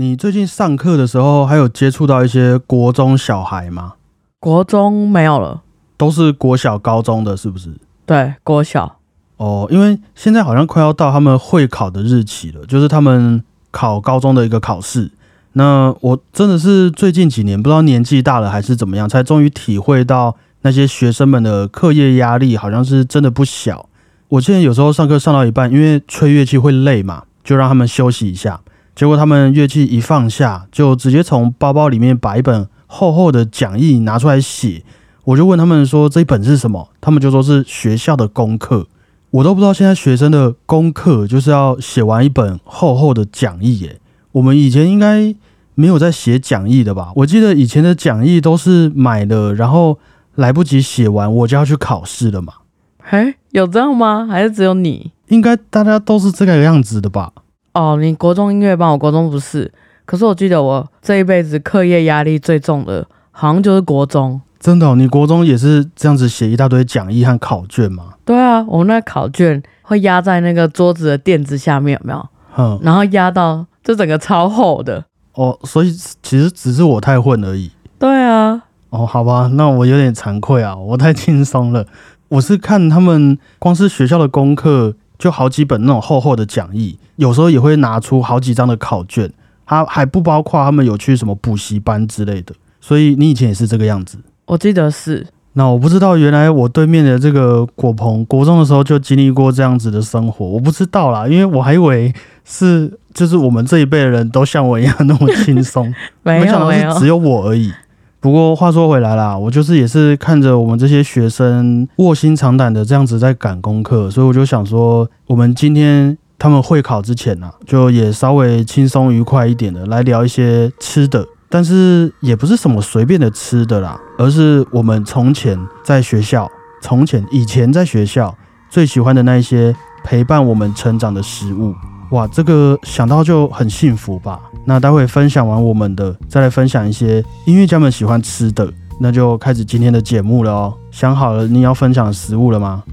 你最近上课的时候还有接触到一些国中小孩吗？ 国中没有了， 都是国小、高中的，是不是？ 对，国小。 哦，因为现在好像快要到他们会考的日期了，就是他们考高中的一个考试。那我真的是最近几年不知道年纪大了还是怎么样，才终于体会到那些学生们的课业压力好像是真的不小。我之前有时候上课上到一半，因为吹乐器会累嘛，就让他们休息一下。结果他们乐器一放下，就直接从包包里面把一本厚厚的讲义拿出来写。我就问他们说这一本是什么，他们就说是学校的功课。我都不知道现在学生的功课就是要写完一本厚厚的讲义耶。我们以前应该没有在写讲义的吧？我记得以前的讲义都是买了，然后来不及写完我就要去考试了嘛。 嘿，有这样吗？还是只有你？ 应该大家都是这个样子的吧？ 哦，你国中音乐班，我国中不是。可是我记得我这一辈子课业压力最重的，好像就是国中。 真的哦，你国中也是这样子写一大堆讲义和考卷吗？ 对啊，我们那考卷会压在那个桌子的垫子下面，有没有？然后压到就整个超厚的。 哦，所以其实只是我太混而已。 对啊。 哦，好吧，那我有点惭愧啊，我太轻松了。我是看他们光是学校的功课就好几本那种厚厚的讲义，有时候也会拿出好几张的考卷，它还不包括他们有去什么补习班之类的。所以你以前也是这个样子？ 我记得是。 那我不知道，原来我对面的这个果鹏国中的时候就经历过这样子的生活，我不知道啦，因为我还以为是就是我们这一辈的人都像我一样那么轻松，没想到是只有我而已。不过话说回来啦，我就是也是看着我们这些学生卧薪尝胆的这样子在赶功课，所以我就想说，我们今天他们会考之前啊，就也稍微轻松愉快一点的来聊一些吃的。但是也不是什么随便的吃的啦，而是我们从前在学校，以前在学校最喜欢的那一些陪伴我们成长的食物。哇，这个想到就很幸福吧。那待会分享完我们的，再来分享一些音乐家们喜欢吃的，那就开始今天的节目了哦。想好了你要分享的食物了吗？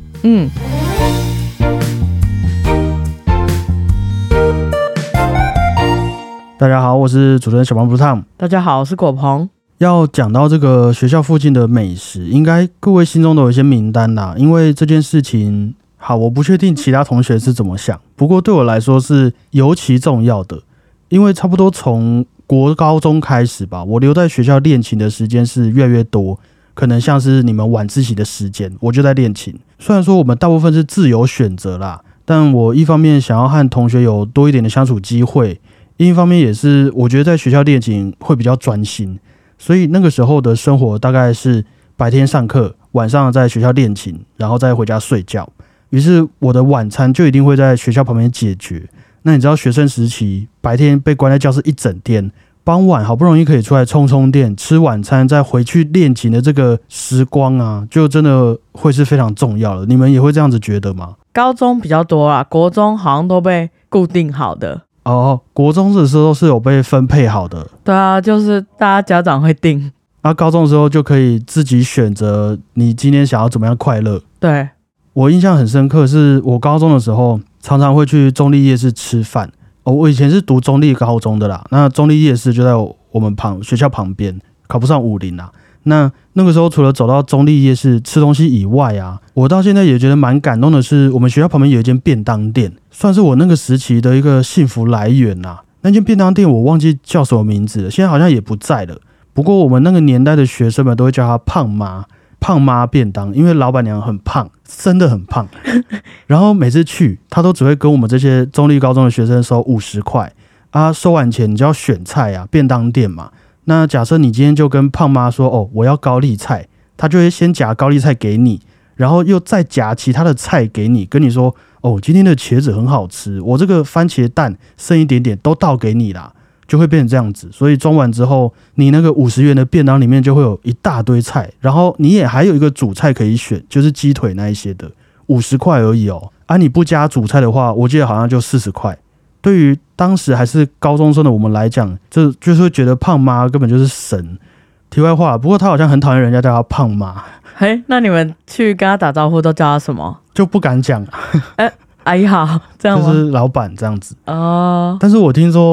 大家好，我是主持人小胖不烫。 大家好，我是果鹏。 要讲到这个学校附近的美食，应该各位心中都有一些名单啦。因为这件事情，好，我不确定其他同学是怎么想，不过对我来说是尤其重要的。因为差不多从国高中开始吧，我留在学校练琴的时间是越来越多，可能像是你们晚自习的时间，我就在练琴。虽然说我们大部分是自由选择啦，但我一方面想要和同学有多一点的相处机会，另一方面也是我觉得在学校练琴会比较专心，所以那个时候的生活大概是白天上课，晚上在学校练琴，然后再回家睡觉。于是我的晚餐就一定会在学校旁边解决。那你知道学生时期白天被关在教室一整天，傍晚好不容易可以出来充电，吃晚餐再回去练琴的这个时光啊，就真的会是非常重要的。你们也会这样子觉得吗？ 高中比较多啦，国中好像都被固定好的。 哦，国中的时候是有被分配好的。 对啊，就是大家家长会定。 高中的时候就可以自己选择你今天想要怎么样快乐。 对， 我印象很深刻，是我高中的时候常常会去中立夜市吃饭。我以前是读中立高中的啦，那中立夜市就在我们学校旁边，考不上50啦。那个时候除了走到中立夜市吃东西以外啊，我到现在也觉得蛮感动的是，我们学校旁边有一间便当店，算是我那个时期的一个幸福来源啊。那间便当店我忘记叫什么名字了，现在好像也不在了。不过我们那个年代的学生们都会叫她胖妈便当，因为老板娘很胖，真的很胖。然后每次去，她都只会跟我们这些中立高中的学生收50块啊，收完钱你就要选菜啊，便当店嘛。那假设你今天就跟胖妈说，哦，我要高丽菜，她就会先夹高丽菜给你，然后又再夹其他的菜给你，跟你说，哦，今天的茄子很好吃，我这个番茄蛋剩一点点都倒给你啦，就会变成这样子。所以装完之后，你那个50元的便当里面就会有一大堆菜，然后你也还有一个主菜可以选，就是鸡腿那一些的，50块而已哦。你不加主菜的话，我记得好像就40块。对于当时还是高中生的我们来讲，就是会觉得胖妈根本就是神。题外话，不过他好像很讨厌人家叫他胖妈。 嘿，那你们去跟他打招呼都叫他什么？ 就不敢讲。 阿姨好，这样吗？ 就是老板这样子。 哦。 但是我听说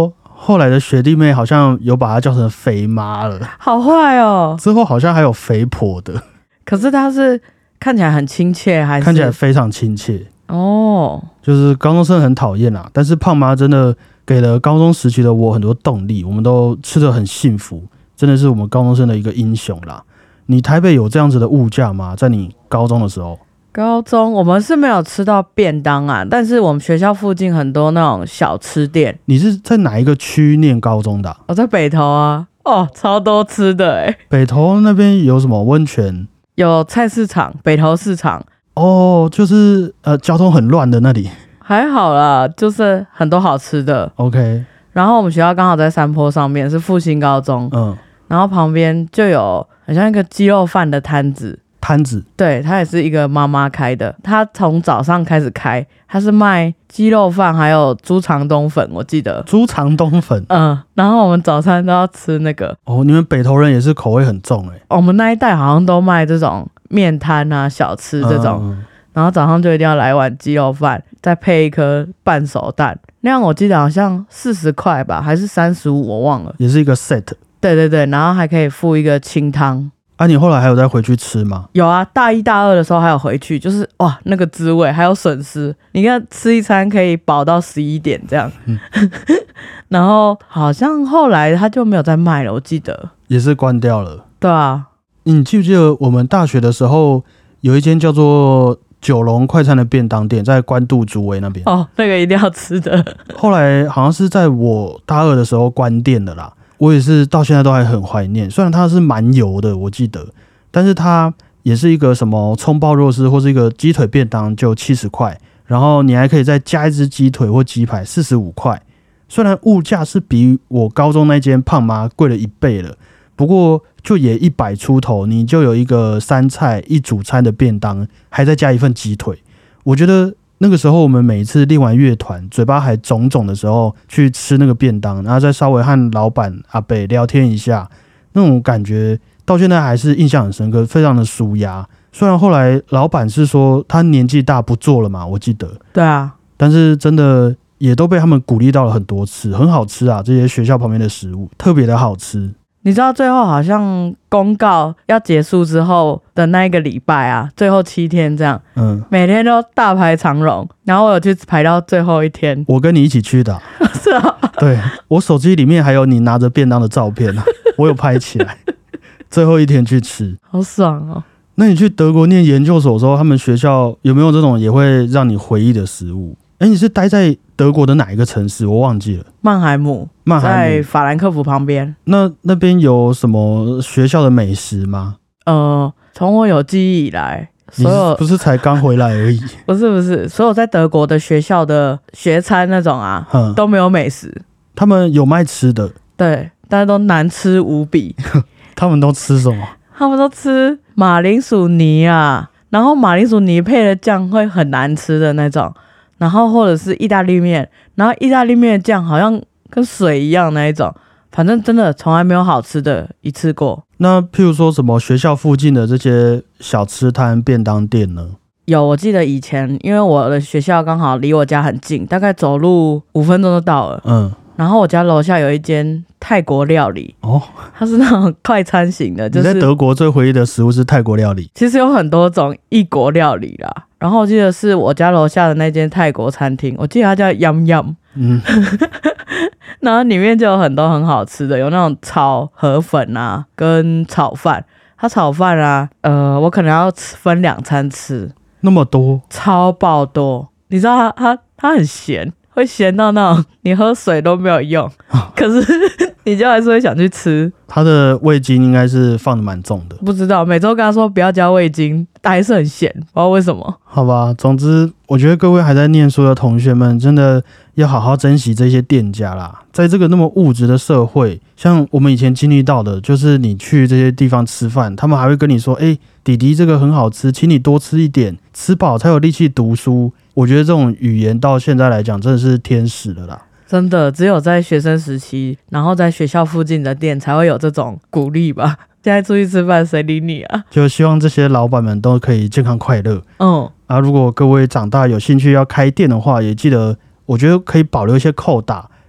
后来的学弟妹好像有把她叫成肥妈了， 好坏哦。 之后好像还有肥婆的， 可是他是看起来很亲切，还是看起来非常亲切。 哦， 就是高中生很讨厌啦，但是胖妈真的给了高中时期的我很多动力，我们都吃得很幸福，真的是我们高中生的一个英雄啦。你台北有这样子的物价吗？在你高中的时候？ 高中我们是没有吃到便当啊，但是我们学校附近很多那种小吃店。 你是在哪一个区念高中的啊？ 我在北投啊，哦，超多吃的欸。 北投那边有什么温泉？ 有菜市场，北投市场。 哦，就是交通很乱的那里。 还好啦，就是很多好吃的。 OK， 然后我们学校刚好在山坡上面，是复兴高中。然后旁边就有很像一个鸡肉饭的摊子。对，他也是一个妈妈开的，他从早上开始开，他是卖鸡肉饭还有猪肠冬粉，我记得猪肠冬粉。 然后我们早餐都要吃那个。 哦，你们北投人也是口味很重欸。 我们那一带好像都卖这种面摊啊、小吃这种。然后早上就一定要来碗鸡肉饭，再配一颗半熟蛋，那样我记得好像40块吧，还是35，我忘了。 也是一个 set。 对对对，然后还可以附一个清汤。 啊，你后来还有再回去吃吗？ 有啊，大1、大2的时候还有回去，就是哇，那个滋味，还有笋丝，你看吃一餐可以饱到11点这样。然后好像后来他就没有再卖了，我记得也是关掉了。 对啊， 你记不记得我们大学的时候有一间叫做九龙快餐的便当店，在关渡竹围那边？ 哦，那个一定要吃的。 后来好像是在我大2的时候关店的啦。我也是到现在都还很怀念，虽然它是蛮油的，我记得，但是它也是一个什么葱爆肉丝或是一个鸡腿便当就70块，然后你还可以再加一只鸡腿或鸡排45块。虽然物价是比我高中那间胖妈贵了1倍了，不过就也100出头，你就有一个3菜1主餐的便当，还再加一份鸡腿。我觉得那个时候我们每一次练完乐团嘴巴还肿肿的时候去吃那个便当，然后再稍微和老板阿伯聊天一下，那种感觉到现在还是印象很深刻，非常的舒压。虽然后来老板是说他年纪大不做了嘛，我记得。 对啊， 但是真的也都被他们鼓励到了很多次，很好吃啊，这些学校旁边的食物特别的好吃。 你知道最后好像公告要结束之后的那一个礼拜啊，最后7天这样，每天都大排长龙，然后我有去排到最后一天。 我跟你一起去的。 是啊， 对，我手机里面还有你拿着便当的照片，我有拍起来。最后一天去吃， 好爽哦。 那你去德国念研究所的时候，他们学校有没有这种也会让你回忆的食物？你是待在德国的哪一个城市？我忘记了。 曼海姆，在法兰克福旁边。 那边有什么学校的美食吗？ 从我有记忆以来，所有不是才刚回来而已。 不是，所有在德国的学校的学餐那种啊，都没有美食。 他们有卖吃的， 对，但是都难吃无比。 他们都吃什么？ 他们都吃马铃薯泥啊，然后马铃薯泥配的酱会很难吃的那种。然后或者是意大利面，然后意大利面的酱好像跟水一样那一种，反正真的从来没有好吃的一次过。 那譬如说什么学校附近的这些小吃摊、便当店呢？ 有，我记得以前因为我的学校刚好离我家很近，大概走路5分钟就到了。然后我家楼下有一间泰国料理，它是那种快餐型的。就是、 你在德国最回忆的食物是泰国料理？ 其实有很多种异国料理啦。然后我记得是我家楼下的那间泰国餐厅，我记得它叫 Yum Yum。然后里面就有很多很好吃的，有那种炒河粉啊，跟炒饭。它炒饭啊，我可能要分2餐吃。 那么多？超爆多！你知道它很咸。会咸到那种你喝水都没有用，可是你就还是会想去吃。它的味精应该是放的蛮重的， 不知道每周跟他说不要加味精，但还是很咸，不知道为什么。 好吧，总之我觉得各位还在念书的同学们真的要好好珍惜这些店家啦。在这个那么物质的社会，像我们以前经历到的，就是你去这些地方吃饭，他们还会跟你说弟弟这个很好吃，请你多吃一点，吃饱才有力气读书。我觉得这种语言到现在来讲真的是天使了啦，真的只有在学生时期，然后在学校附近的店才会有这种鼓励吧。现在出去吃饭谁理你啊？就希望这些老板们都可以健康快乐。如果各位长大有兴趣要开店的话，也记得我觉得可以保留一些扣打，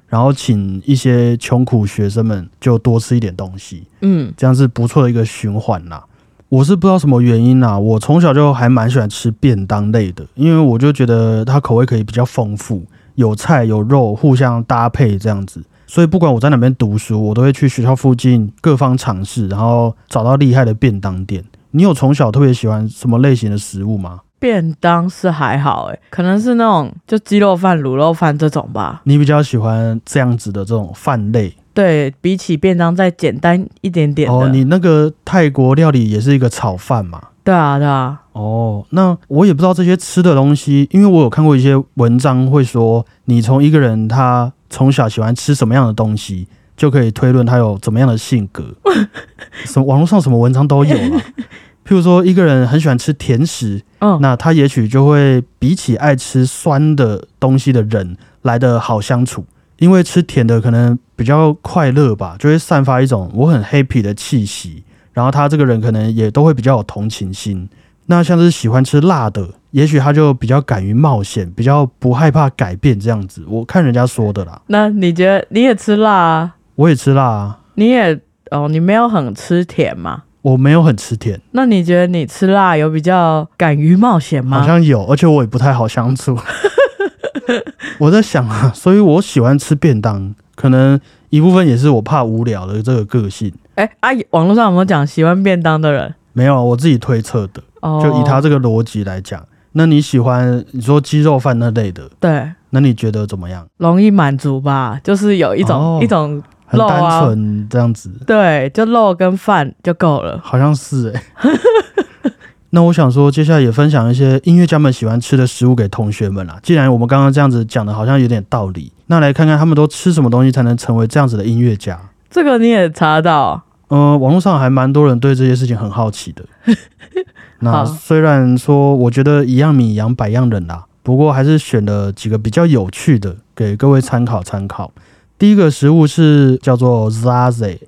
然后请一些穷苦学生们就多吃一点东西，这样是不错的一个循环啦。我是不知道什么原因啦，我从小就还蛮喜欢吃便当类的，因为我就觉得它口味可以比较丰富，有菜有肉互相搭配这样子，所以不管我在哪边读书，我都会去学校附近各方尝试，然后找到厉害的便当店。你有从小特别喜欢什么类型的食物吗？ 便当是还好可能是那种就鸡肉饭、卤肉饭这种吧。 你比较喜欢这样子的这种饭类？ 对，比起便当再简单一点点的。 你那个泰国料理也是一个炒饭嘛？ 对啊，对啊。 那我也不知道这些吃的东西，因为我有看过一些文章会说，你从一个人他从小喜欢吃什么样的东西，就可以推论他有怎么样的性格。网络上什么文章都有啦。譬如说，一个人很喜欢吃甜食，那他也许就会比起爱吃酸的东西的人来得好相处，因为吃甜的可能比较快乐吧，就会散发一种我很 happy 的气息，然后他这个人可能也都会比较有同情心。那像是喜欢吃辣的，也许他就比较敢于冒险，比较不害怕改变这样子。我看人家说的啦。 那你觉得你也吃辣啊？ 我也吃辣啊。 你没有很吃甜吗？ 我没有很吃甜。 那你觉得你吃辣有比较敢于冒险吗？ 好像有，而且我也不太好相处。我在想啊，所以我喜欢吃便当，可能一部分也是我怕无聊的这个个性。 网络上有没有讲喜欢便当的人？ 没有，我自己推测的。就以他这个逻辑来讲，那你喜欢你说鸡肉饭那类的， 对， 那你觉得怎么样？ 容易满足吧，就是有一种很肉啊， 单纯这样子。 对，就肉跟饭就够了。 好像是那我想说，接下来也分享一些音乐家们喜欢吃的食物给同学们啦。既然我们刚刚这样子讲的好像有点道理，那来看看他们都吃什么东西才能成为这样子的音乐家。 这个你也查到？ 网络上还蛮多人对这些事情很好奇的。那虽然说我觉得一样米养百样人啦，不过还是选了几个比较有趣的给各位参考参考。第一个食物是叫做 Zrazy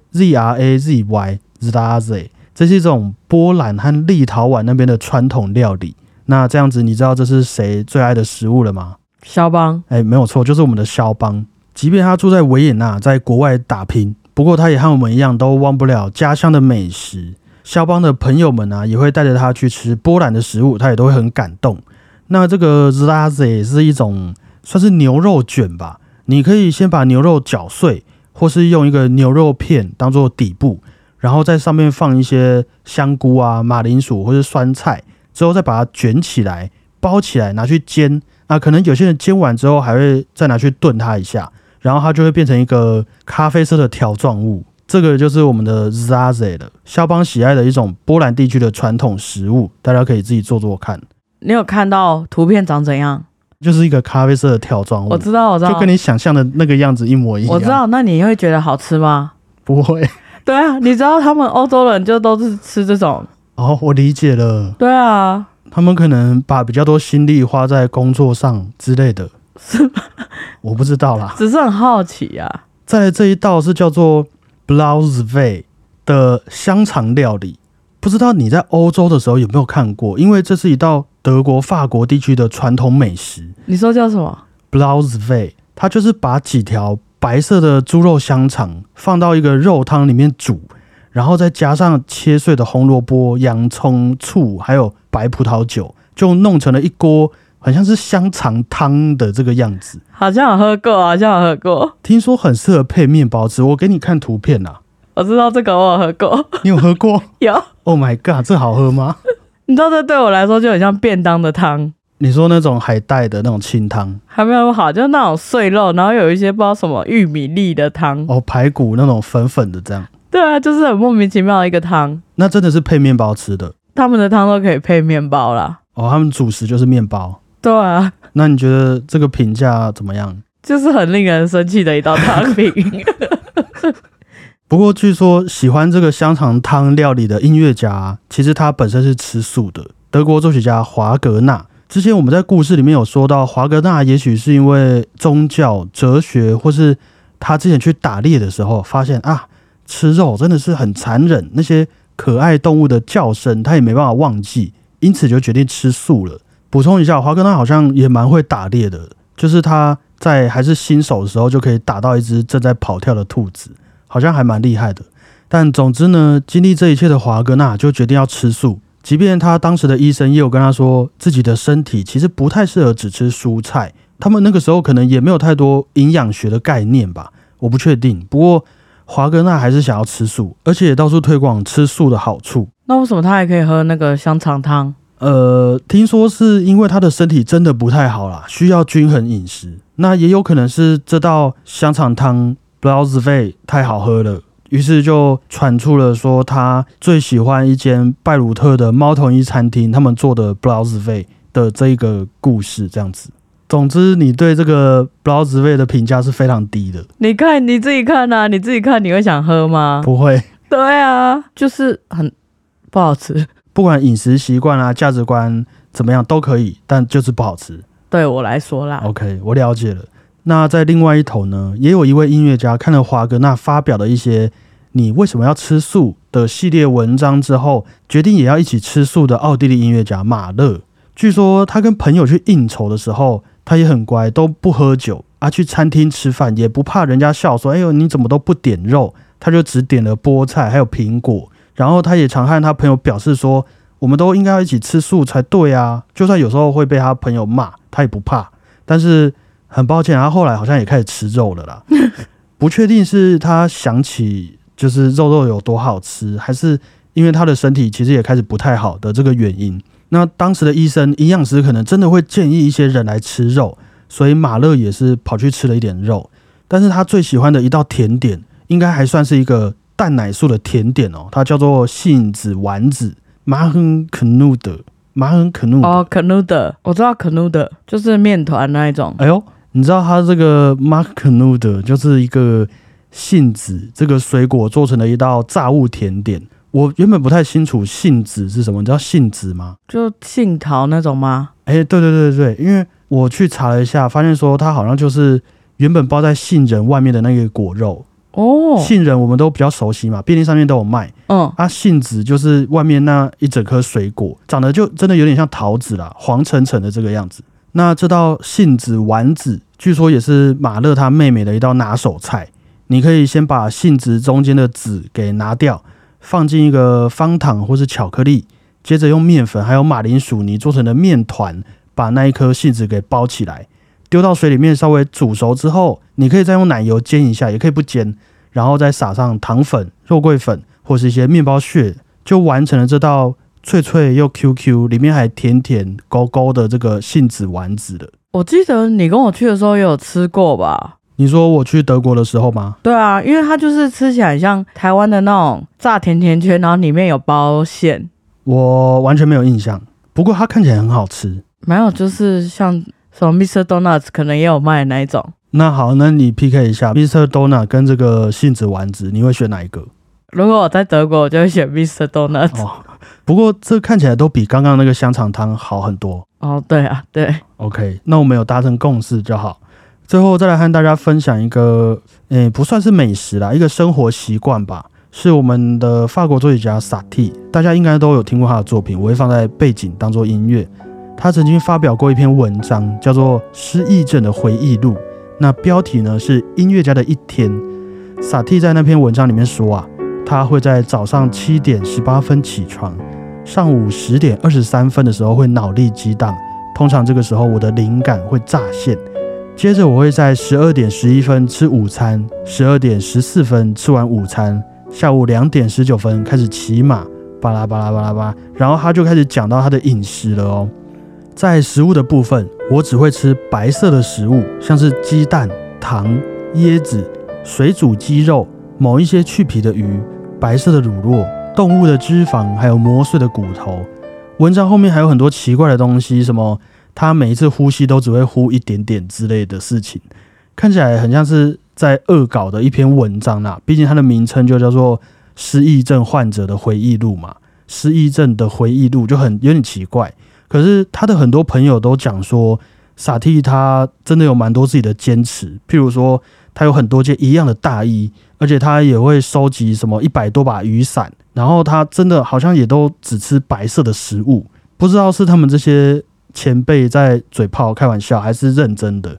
Zrazy， 这是一种波兰和立陶宛那边的传统料理。那这样子你知道这是谁最爱的食物了吗？ 肖邦。 没有错，就是我们的肖邦。即便他住在维也纳，在国外打拼，不过他也和我们一样都忘不了家乡的美食。肖邦的朋友们也会带着他去吃波兰的食物，他也都会很感动。那这个 Zrazy 是一种算是牛肉卷吧，你可以先把牛肉搅碎，或是用一个牛肉片当做底部，然后在上面放一些香菇啊、马铃薯或是酸菜，之后再把它卷起来、包起来拿去煎。那可能有些人煎完之后还会再拿去炖它一下，然后它就会变成一个咖啡色的条状物。这个就是我们的 Zrazy 了，肖邦喜爱的一种波兰地区的传统食物，大家可以自己做做看。 你有看到图片长怎样？ 就是一个咖啡色的条状物。 我知道， 就跟你想象的那个样子一模一样。 我知道，那你会觉得好吃吗？ 不会。 对啊，你知道他们欧洲人就都是吃这种。 我理解了。 对啊， 他们可能把比较多心力花在工作上之类的。 是吗？ 我不知道啦， 只是很好奇啊。 再来这一道是叫做 Blauschwein 的香肠料理，不知道你在欧洲的时候有没有看过？因为这是一道德国、法国地区的传统美食。 你说叫什么 ？Blauschwein， 它就是把几条白色的猪肉香肠放到一个肉汤里面煮，然后再加上切碎的红萝卜、洋葱、醋，还有白葡萄酒，就弄成了一锅很像是香肠汤的这个样子。 好像有喝过， 听说很适合配面包吃。我给你看图片啊。 我知道这个，我有喝过。 你有喝过？ 有。 Oh my god， 这好喝吗？ 你知道这对我来说就很像便当的汤。 你说那种海带的那种清汤？ 还没有那么好，就是那种碎肉，然后有一些不知道什么玉米粒的汤。 排骨那种粉粉的这样。 对啊，就是很莫名其妙的一个汤。 那真的是配面包吃的？ 他们的汤都可以配面包啦。 他们主食就是面包。 对啊。 那你觉得这个评价怎么样？ 就是很令人生气的一道汤品。 不过据说喜欢这个香肠汤料理的音乐家，其实他本身是吃素的。德国作曲家华格纳，之前我们在故事里面有说到，华格纳也许是因为宗教、哲学，或是他之前去打猎的时候发现吃肉真的是很残忍，那些可爱动物的叫声他也没办法忘记，因此就决定吃素了。补充一下，华格纳好像也蛮会打猎的，就是他在还是新手的时候就可以打到一只正在跑跳的兔子，好像还蛮厉害的。但总之呢，经历这一切的华格纳就决定要吃素，即便他当时的医生也有跟他说自己的身体其实不太适合只吃蔬菜，他们那个时候可能也没有太多营养学的概念吧，我不确定。不过华格纳还是想要吃素，而且也到处推广吃素的好处。 那为什么他还可以喝那个香肠汤？ 听说是因为他的身体真的不太好啦，需要均衡饮食。那也有可能是这道香肠汤 Blausvee 太好喝了，于是就传出了说他最喜欢一间拜鲁特的猫头鹰餐厅他们做的 Blausvee 的这一个故事这样子。总之你对这个 Blausvee 的评价是非常低的。 你看你自己看啊，你自己看你会想喝吗？ 不会。 对啊，就是很不好吃。 不管饮食习惯啊价值观怎么样都可以，但就是不好吃。 对我来说啦。 OK， 我了解了。那在另外一头呢，也有一位音乐家看了华格纳发表的一些你为什么要吃素的系列文章之后，决定也要一起吃素的奥地利音乐家马勒。据说他跟朋友去应酬的时候，他也很乖，都不喝酒啊，去餐厅吃饭也不怕人家笑说哎呦你怎么都不点肉，他就只点了菠菜还有苹果。然后他也常和他朋友表示说我们都应该要一起吃素才对啊，就算有时候会被他朋友骂他也不怕。但是很抱歉，他后来好像也开始吃肉了啦。不确定是他想起就是肉有多好吃，还是因为他的身体其实也开始不太好的这个原因。那当时的医生营养师可能真的会建议一些人来吃肉，所以马勒也是跑去吃了一点肉。但是他最喜欢的一道甜点应该还算是一个蛋奶素的甜点哦，它叫做杏子丸子 Machen Knude。 Machen Knude 哦，Knude 我知道 Knude 就是面团那一种。 哎呦，你知道它这个 Machen Knude 就是一个杏子这个水果做成的一道炸物甜点。我原本不太清楚杏子是什么，你知道杏子吗？ 就杏桃那种吗？ 对对对对，因为我去查了一下，发现说它好像就是原本包在杏仁外面的那个果肉。 哦， 杏仁我们都比较熟悉嘛，便利商店都有卖。杏子就是外面那一整颗水果，长得就真的有点像桃子啦，黄橙橙的这个样子。那这道杏子丸子，据说也是马勒他妹妹的一道拿手菜。你可以先把杏子中间的籽给拿掉，放进一个方糖或是巧克力，接着用面粉还有马铃薯泥做成的面团，把那一颗杏子给包起来，丢到水里面稍微煮熟之后，你可以再用奶油煎一下，也可以不煎，然后再撒上糖粉、肉桂粉或是一些面包屑，就完成了这道脆脆又 QQ 里面还甜甜勾勾的这个杏子丸子了。 我记得你跟我去的时候也有吃过吧？ 你说我去德国的时候吗？ 对啊，因为它就是吃起来很像台湾的那种炸甜甜圈，然后里面有包馅。 我完全没有印象，不过它看起来很好吃。 没有，就是像什么 Mr. Donuts 可能也有卖的那一种。 那好，那你 PK 一下 Mr. Donut 跟这个杏子丸子，你会选哪一个？ 如果我在德国，我就会选 Mr. Donuts。 不过这看起来都比刚刚那个香肠汤好很多。 对啊，对。 OK， 那我们有达成共识就好。最后再来和大家分享一个，不算是美食啦，一个生活习惯吧，是我们的法国作曲家萨蒂，大家应该都有听过他的作品，我会放在背景当做音乐。他曾经发表过一篇文章，叫做《失忆症的回忆录》，那标题呢是《音乐家的一天》。萨蒂在那篇文章里面说啊，他会在早上7点18分起床，上午10点23分的时候会脑力激荡，通常这个时候我的灵感会乍现。接着我会在12点11分吃午餐，12点14分吃完午餐，下午2点19分开始骑马，巴拉巴拉巴拉巴拉，然后他就开始讲到他的饮食了哦。在食物的部分，我只会吃白色的食物，像是鸡蛋、糖、椰子、水煮鸡肉、某一些去皮的鱼、白色的乳酪、动物的脂肪，还有磨碎的骨头。文章后面还有很多奇怪的东西，什么他每一次呼吸都只会呼一点点之类的事情，看起来很像是在恶搞的一篇文章啦。毕竟它的名称就叫做失忆症患者的回忆录嘛，失忆症的回忆录就有点奇怪。可是他的很多朋友都讲说，萨蒂他真的有蛮多自己的坚持，譬如说他有很多件一样的大衣，而且他也会收集什么100多把雨伞，然后他真的好像也都只吃白色的食物，不知道是他们这些前辈在嘴炮开玩笑还是认真的。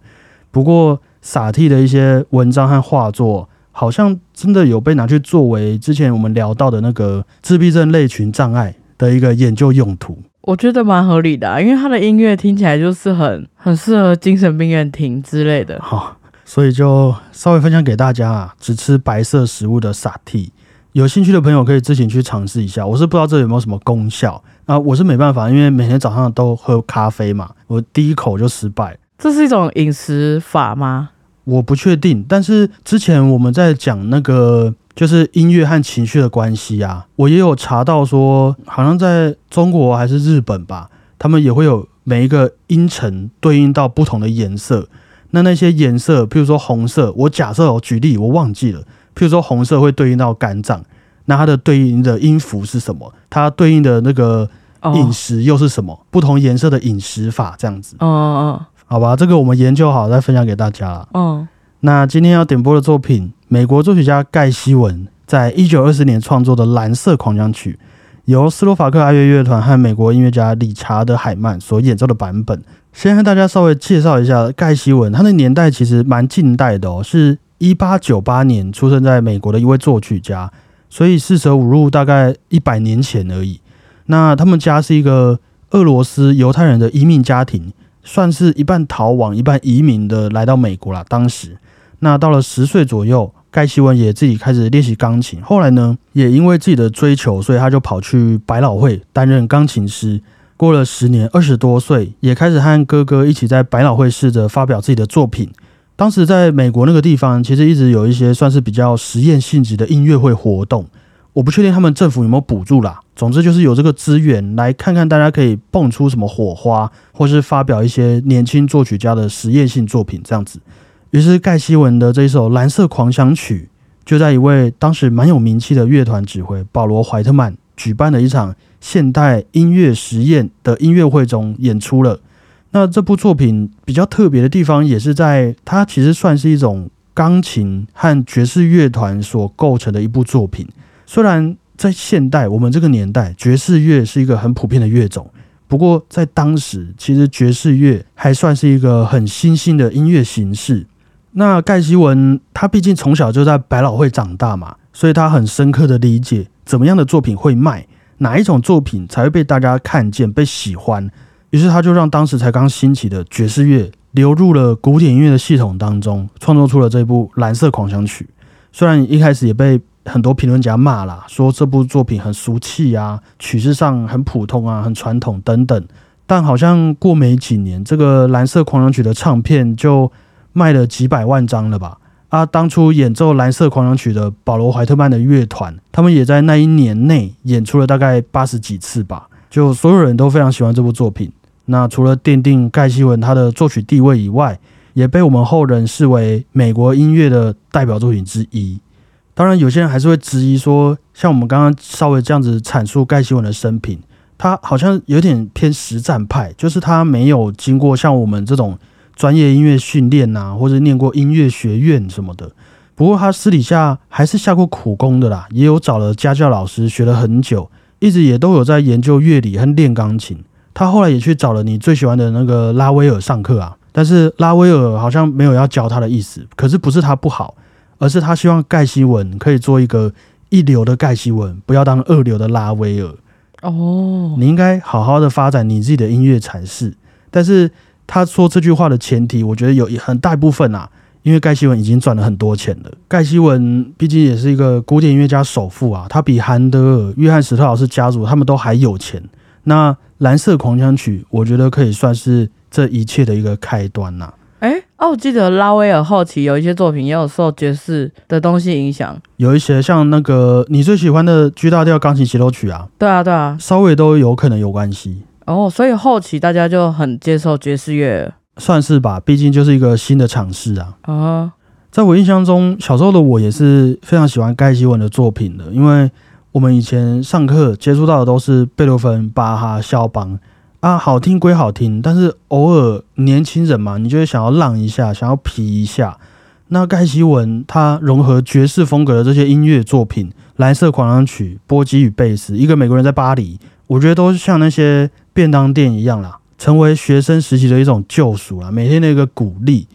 不过萨蒂的一些文章和画作好像真的有被拿去作为之前我们聊到的那个自闭症类群障碍的一个研究用途。 我觉得蛮合理的因为他的音乐听起来就是很适合精神病院听之类的。 好，所以就稍微分享给大家只吃白色食物的萨蒂，有兴趣的朋友可以自行去尝试一下。我是不知道这有没有什么功效我是没办法，因为每天早上都喝咖啡嘛，我第一口就失败。 这是一种饮食法吗？ 我不确定，但是之前我们在讲那个就是音乐和情绪的关系我也有查到说，好像在中国还是日本吧，他们也会有每一个音程对应到不同的颜色。那些颜色，譬如说红色，我假设举例我忘记了，譬如说红色会对应到肝脏，那它的对应的音符是什么？它对应的那个饮食又是什么？不同颜色的饮食法这样子。好吧，这个我们研究好再分享给大家了。那今天要点播的作品，美国作曲家盖希文在1924年创作的《蓝色狂想曲》，由斯洛伐克爱乐乐团和美国音乐家理查德·海曼所演奏的版本。先和大家稍微介绍一下盖希文，他的年代其实蛮近代的是1898年出生在美国的一位作曲家，所以四舍五入大概100年前而已。那他们家是一个俄罗斯犹太人的移民家庭，算是一半逃亡一半移民的来到美国啦。当时那到了10岁左右，盖希文也自己开始练习钢琴，后来呢也因为自己的追求，所以他就跑去百老汇担任钢琴师。过了10年，20多岁也开始和哥哥一起在百老汇试着发表自己的作品。当时在美国那个地方其实一直有一些算是比较实验性质的音乐会活动，我不确定他们政府有没有补助啦，总之就是有这个资源来看看大家可以蹦出什么火花，或是发表一些年轻作曲家的实验性作品这样子。于是盖希文的这一首《蓝色狂想曲》就在一位当时蛮有名气的乐团指挥保罗·怀特曼举办的一场现代音乐实验的音乐会中演出了。那这部作品比较特别的地方也是在它其实算是一种钢琴和爵士乐团所构成的一部作品。虽然在现代我们这个年代爵士乐是一个很普遍的乐种，不过在当时其实爵士乐还算是一个很新兴的音乐形式。那盖希文他毕竟从小就在百老汇长大嘛，所以他很深刻的理解怎么样的作品会卖，哪一种作品才会被大家看见被喜欢。于是他就让当时才刚兴起的爵士乐流入了古典音乐的系统当中，创作出了这部蓝色狂想曲。虽然一开始也被很多评论家骂啦，说这部作品很俗气曲式上很普通很传统等等，但好像过没几年，这个蓝色狂想曲的唱片就卖了几百万张了吧。当初演奏蓝色狂想曲的保罗·怀特曼的乐团，他们也在那一年内演出了大概80几次吧，就所有人都非常喜欢这部作品。那除了奠定盖希文他的作曲地位以外，也被我们后人视为美国音乐的代表作品之一。当然有些人还是会质疑说，像我们刚刚稍微这样子阐述盖希文的生平，他好像有点偏实战派，就是他没有经过像我们这种专业音乐训练或者念过音乐学院什么的。不过他私底下还是下过苦功的啦，也有找了家教老师学了很久，一直也都有在研究乐理和练钢琴。他后来也去找了你最喜欢的那个拉威尔上课但是拉威尔好像没有要教他的意思。可是不是他不好，而是他希望盖希文可以做一个一流的盖希文，不要当二流的拉威尔。你应该好好的发展你自己的音乐才是。但是他说这句话的前提，我觉得有很大一部分因为盖希文已经赚了很多钱了。盖希文毕竟也是一个古典音乐家首富他比韩德尔、约翰史特劳斯家族他们都还有钱。那蓝色狂想曲我觉得可以算是这一切的一个开端我记得拉威尔后期有一些作品也有受爵士的东西影响， 有一些像那个你最喜欢的 G 大调钢琴协奏曲对啊稍微都有可能有关系所以后期大家就很接受爵士乐， 算是吧，毕竟就是一个新的尝试在我印象中，小时候的我也是非常喜欢盖希文的作品的，因为我们以前上课接触到的都是贝多芬、巴哈、肖邦好听归好听，但是偶尔年轻人嘛，你就会想要浪一下，想要皮一下。那盖希文他融合爵士风格的这些音乐作品，蓝色狂想曲、波基与贝斯、一个美国人在巴黎，我觉得都像那些便当店一样啦，成为学生时期的一种救赎啦，每天的一个鼓励。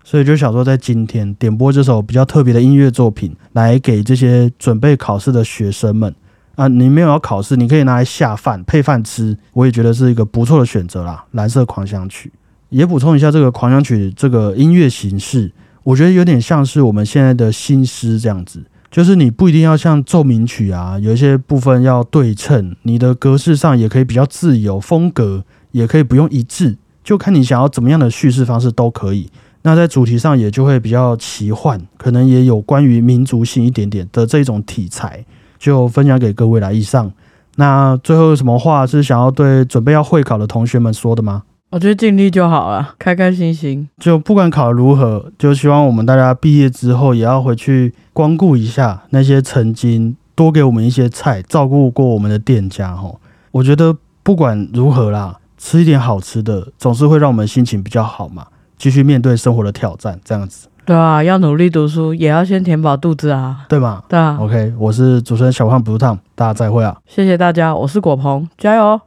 所以就想说在今天点播这首比较特别的音乐作品，来给这些准备考试的学生们啊，你没有要考试，你可以拿来下饭配饭吃，我也觉得是一个不错的选择啦。蓝色狂想曲也补充一下，这个狂想曲这个音乐形式，我觉得有点像是我们现在的新诗这样子，就是你不一定要像奏鸣曲啊，有一些部分要对称，你的格式上也可以比较自由，风格也可以不用一致，就看你想要怎么样的叙事方式都可以。那在主题上也就会比较奇幻，可能也有关于民族性一点点的这种题材，就分享给各位啦。以上，那最后有什么话是想要对准备要会考的同学们说的吗？ 我觉得尽力就好了，开开心心。 就不管考得如何，就希望我们大家毕业之后也要回去光顾一下那些曾经多给我们一些菜、照顾过我们的店家齁。我觉得不管如何啦，吃一点好吃的，总是会让我们心情比较好嘛。继续面对生活的挑战，这样子。 对啊，要努力读书，也要先填饱肚子啊， 对吗？ 对啊。 OK， 我是主持人小胖不烫，大家再会啊！ 谢谢大家，我是果鹏，加油！